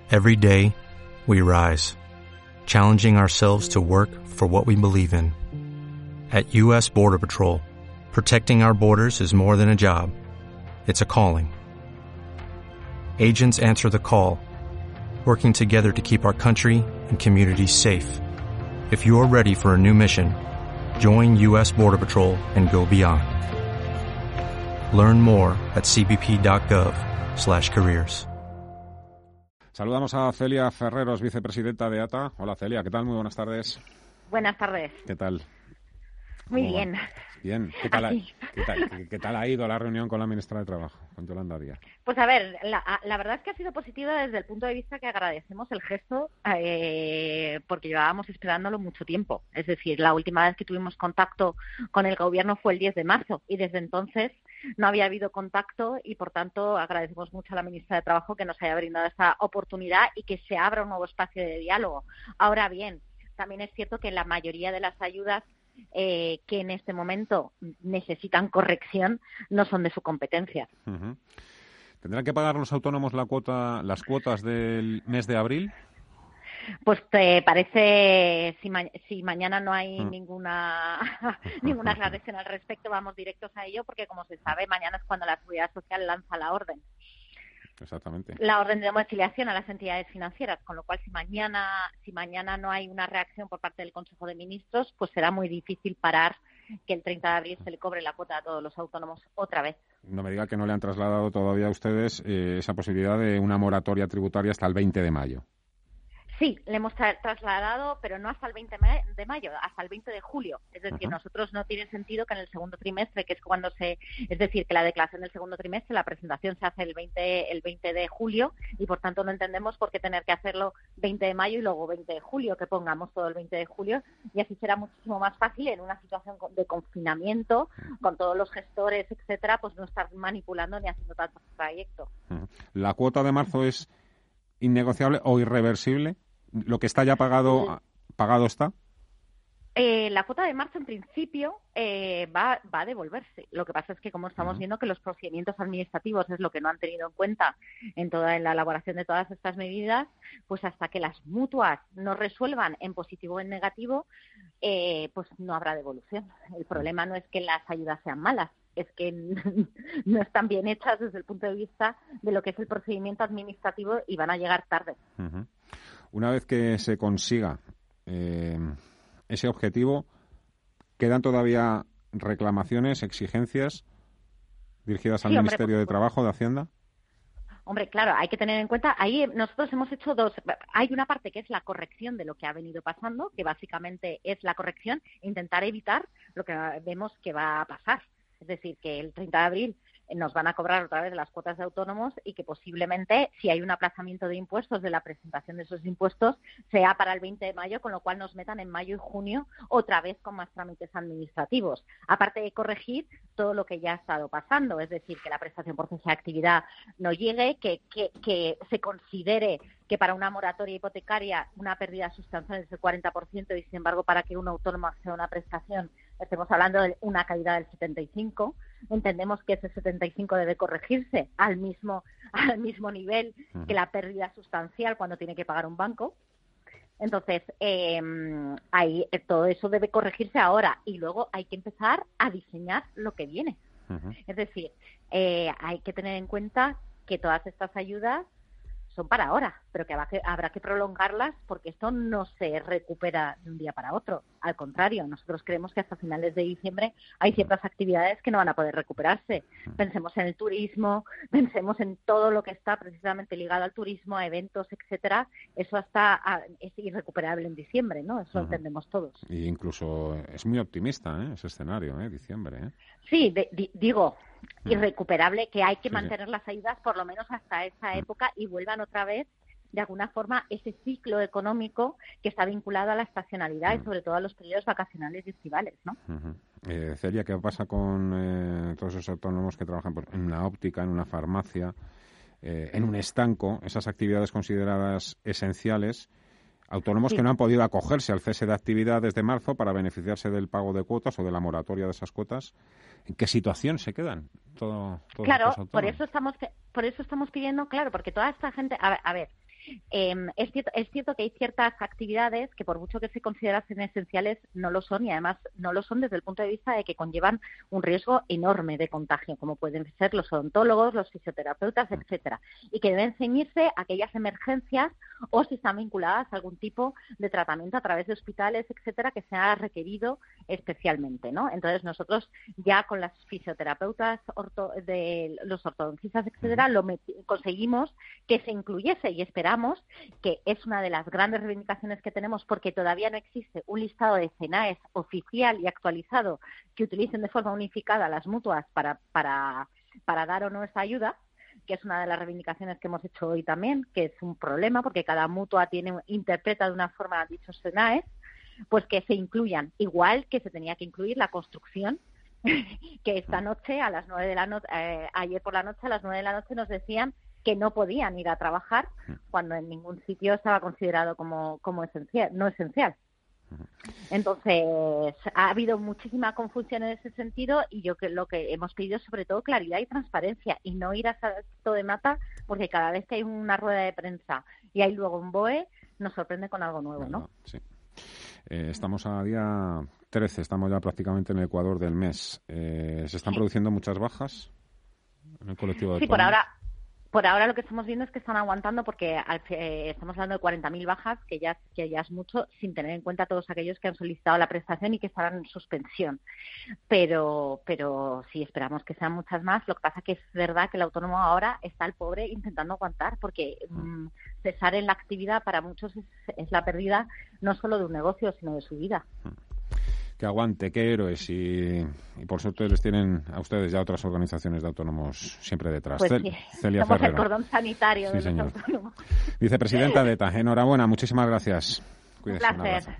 Every day, we rise, challenging ourselves to work for what we believe in. At U.S. Border Patrol, protecting our borders is more than a job. It's a calling. Agents answer the call, working together to keep our country and communities safe. If you're ready for a new mission, join U.S. Border Patrol and go beyond. Learn more at cbp.gov/careers. Saludamos a Celia Ferreros, vicepresidenta de ATA. Hola Celia, ¿qué tal? Muy buenas tardes. Buenas tardes. ¿Qué tal? Muy bien. Bien. ¿Qué tal ha ido la reunión con la ministra de Trabajo, con Yolanda Díaz? Pues a ver, la verdad es que ha sido positiva desde el punto de vista que agradecemos el gesto porque llevábamos esperándolo mucho tiempo. Es decir, la última vez que tuvimos contacto con el gobierno fue el 10 de marzo y desde entonces no había habido contacto y, por tanto, agradecemos mucho a la ministra de Trabajo que nos haya brindado esta oportunidad y que se abra un nuevo espacio de diálogo. Ahora bien, también es cierto que la mayoría de las ayudas que en este momento necesitan corrección no son de su competencia. Uh-huh. ¿Tendrán que pagar los autónomos las cuotas del mes de abril? Pues te parece, si mañana no hay ninguna aclaración al respecto, vamos directos a ello, porque como se sabe, mañana es cuando la Seguridad Social lanza la orden. Exactamente. La orden de domiciliación a las entidades financieras, con lo cual si mañana no hay una reacción por parte del Consejo de Ministros, pues será muy difícil parar que el 30 de abril se le cobre la cuota a todos los autónomos otra vez. No me diga que no le han trasladado todavía a ustedes esa posibilidad de una moratoria tributaria hasta el 20 de mayo. Sí, le hemos trasladado, pero no hasta el 20 de mayo, hasta el 20 de julio. Es decir, nosotros no tiene sentido que en el segundo trimestre, que es cuando es decir, que la declaración del segundo trimestre, la presentación se hace el 20 de julio y, por tanto, no entendemos por qué tener que hacerlo 20 de mayo y luego 20 de julio, que pongamos todo el 20 de julio y así será muchísimo más fácil en una situación de confinamiento, con todos los gestores, etcétera, pues no estar manipulando ni haciendo tantos trayectos. ¿La cuota de marzo es innegociable o irreversible? ¿Lo que está ya pagado está? La cuota de marzo, en principio, va a devolverse. Lo que pasa es que, como estamos viendo, que los procedimientos administrativos es lo que no han tenido en cuenta en la elaboración de todas estas medidas, pues hasta que las mutuas no resuelvan en positivo o en negativo, pues no habrá devolución. El problema no es que las ayudas sean malas, es que no están bien hechas desde el punto de vista de lo que es el procedimiento administrativo y van a llegar tarde. Uh-huh. Una vez que se consiga ese objetivo, ¿quedan todavía reclamaciones, exigencias dirigidas al Ministerio de Trabajo, de Hacienda? Hombre, claro, hay que tener en cuenta, ahí nosotros hemos hecho dos. Hay una parte que es la corrección de lo que ha venido pasando, que básicamente es la corrección, intentar evitar lo que vemos que va a pasar. Es decir, que el 30 de abril nos van a cobrar otra vez las cuotas de autónomos y que posiblemente, si hay un aplazamiento de impuestos, de la presentación de esos impuestos, sea para el 20 de mayo, con lo cual nos metan en mayo y junio otra vez con más trámites administrativos. Aparte de corregir todo lo que ya ha estado pasando, es decir, que la prestación por cese de actividad no llegue, que se considere que para una moratoria hipotecaria una pérdida sustancial es del 40% y, sin embargo, para que un autónomo acceda a una prestación estemos hablando de una caída del 75%. Entendemos que ese 75 debe corregirse al mismo nivel que la pérdida sustancial cuando tiene que pagar un banco. Entonces, ahí todo eso debe corregirse ahora y luego hay que empezar a diseñar lo que viene. Es decir, hay que tener en cuenta que todas estas ayudas son para ahora, pero que habrá que prolongarlas porque esto no se recupera de un día para otro. Al contrario, nosotros creemos que hasta finales de diciembre hay ciertas actividades que no van a poder recuperarse. Pensemos en el turismo, pensemos en todo lo que está precisamente ligado al turismo, a eventos, etcétera. Eso es irrecuperable en diciembre, ¿no? Eso entendemos todos. Y incluso es muy optimista, ese escenario, diciembre. Sí, digo, irrecuperable, que hay que mantener las ayudas por lo menos hasta esa época y vuelvan otra vez, de alguna forma, ese ciclo económico que está vinculado a la estacionalidad y sobre todo a los periodos vacacionales y estivales, ¿no? Celia, ¿qué pasa con todos esos autónomos que trabajan en una óptica, en una farmacia, en un estanco, esas actividades consideradas esenciales? Autónomos que no han podido acogerse al cese de actividad desde marzo para beneficiarse del pago de cuotas o de la moratoria de esas cuotas. ¿En qué situación se quedan todos claro, estos autónomos? Por eso estamos pidiendo, claro, porque toda esta gente, a ver, Es cierto que hay ciertas actividades que, por mucho que se considerasen esenciales, no lo son, y además no lo son desde el punto de vista de que conllevan un riesgo enorme de contagio, como pueden ser los odontólogos, los fisioterapeutas, etcétera, y que deben ceñirse a aquellas emergencias o si están vinculadas a algún tipo de tratamiento a través de hospitales, etcétera, que sea requerido especialmente, ¿no? Entonces nosotros ya con las fisioterapeutas, los ortodoncistas, etcétera, conseguimos que se incluyese, y esperamos que es una de las grandes reivindicaciones que tenemos, porque todavía no existe un listado de CENAES oficial y actualizado que utilicen de forma unificada las mutuas para dar o no esa ayuda, que es una de las reivindicaciones que hemos hecho hoy también, que es un problema porque cada mutua interpreta de una forma dichos CENAES, pues que se incluyan, igual que se tenía que incluir la construcción, que esta noche a las 9 de la noche, ayer por la noche a las 9 de la noche nos decían que no podían ir a trabajar cuando en ningún sitio estaba considerado como esencial, no esencial. Entonces, ha habido muchísima confusión en ese sentido, y lo que hemos pedido es sobre todo claridad y transparencia, y no ir a salto de mata, porque cada vez que hay una rueda de prensa y hay luego un BOE, nos sorprende con algo nuevo, ¿no? Sí. Estamos a día 13, estamos ya prácticamente en el ecuador del mes. ¿Se están produciendo muchas bajas en el colectivo de autónomos? Sí, por ahora lo que estamos viendo es que están aguantando, porque estamos hablando de 40.000 bajas, que ya es mucho, sin tener en cuenta todos aquellos que han solicitado la prestación y que estarán en suspensión. Pero sí, esperamos que sean muchas más. Lo que pasa que es verdad que el autónomo ahora está el pobre intentando aguantar, porque cesar en la actividad para muchos es la pérdida no solo de un negocio, sino de su vida. Que aguante, qué héroes, y por suerte les tienen a ustedes ya otras organizaciones de autónomos siempre detrás. Pues sí, Celia somos Ferrero, el cordón sanitario de los señor. autónomos. Vicepresidenta de ETA, enhorabuena, muchísimas gracias. Cuídese, Un placer.